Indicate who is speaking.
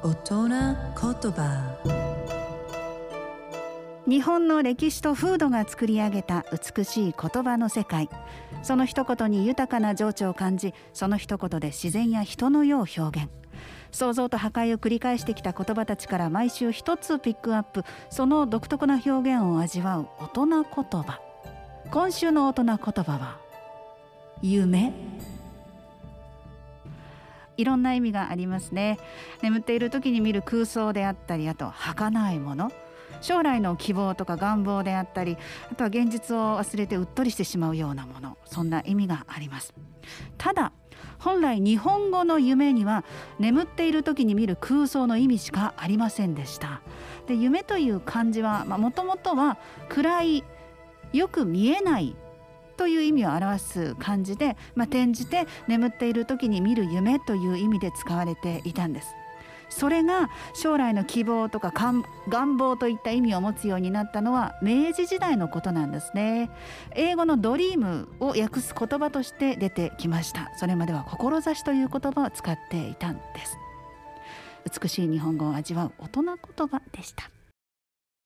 Speaker 1: 大人言葉。
Speaker 2: 日本の歴史と風土が作り上げた美しい言葉の世界。その一言に豊かな情緒を感じ、その一言で自然や人の世を表現。創造と破壊を繰り返してきた言葉たちから毎週一つピックアップ、その独特な表現を味わう大人言葉。今週の大人言葉は夢。いろんな意味がありますね。眠っている時に見る空想であったり、あと儚いもの、将来の希望とか願望であったり、あとは現実を忘れてうっとりしてしまうようなもの、そんな意味があります。ただ本来日本語の夢には眠っている時に見る空想の意味しかありませんでした。で、夢という漢字はもともとは暗い、よく見えないという意味を表す漢字で、転じて眠っている時に見る夢という意味で使われていたんです。それが将来の希望とか願望といった意味を持つようになったのは明治時代のことなんですね。英語のドリームを訳す言葉として出てきました。それまでは志という言葉を使っていたんです。美しい日本語を味わう大人言葉でした。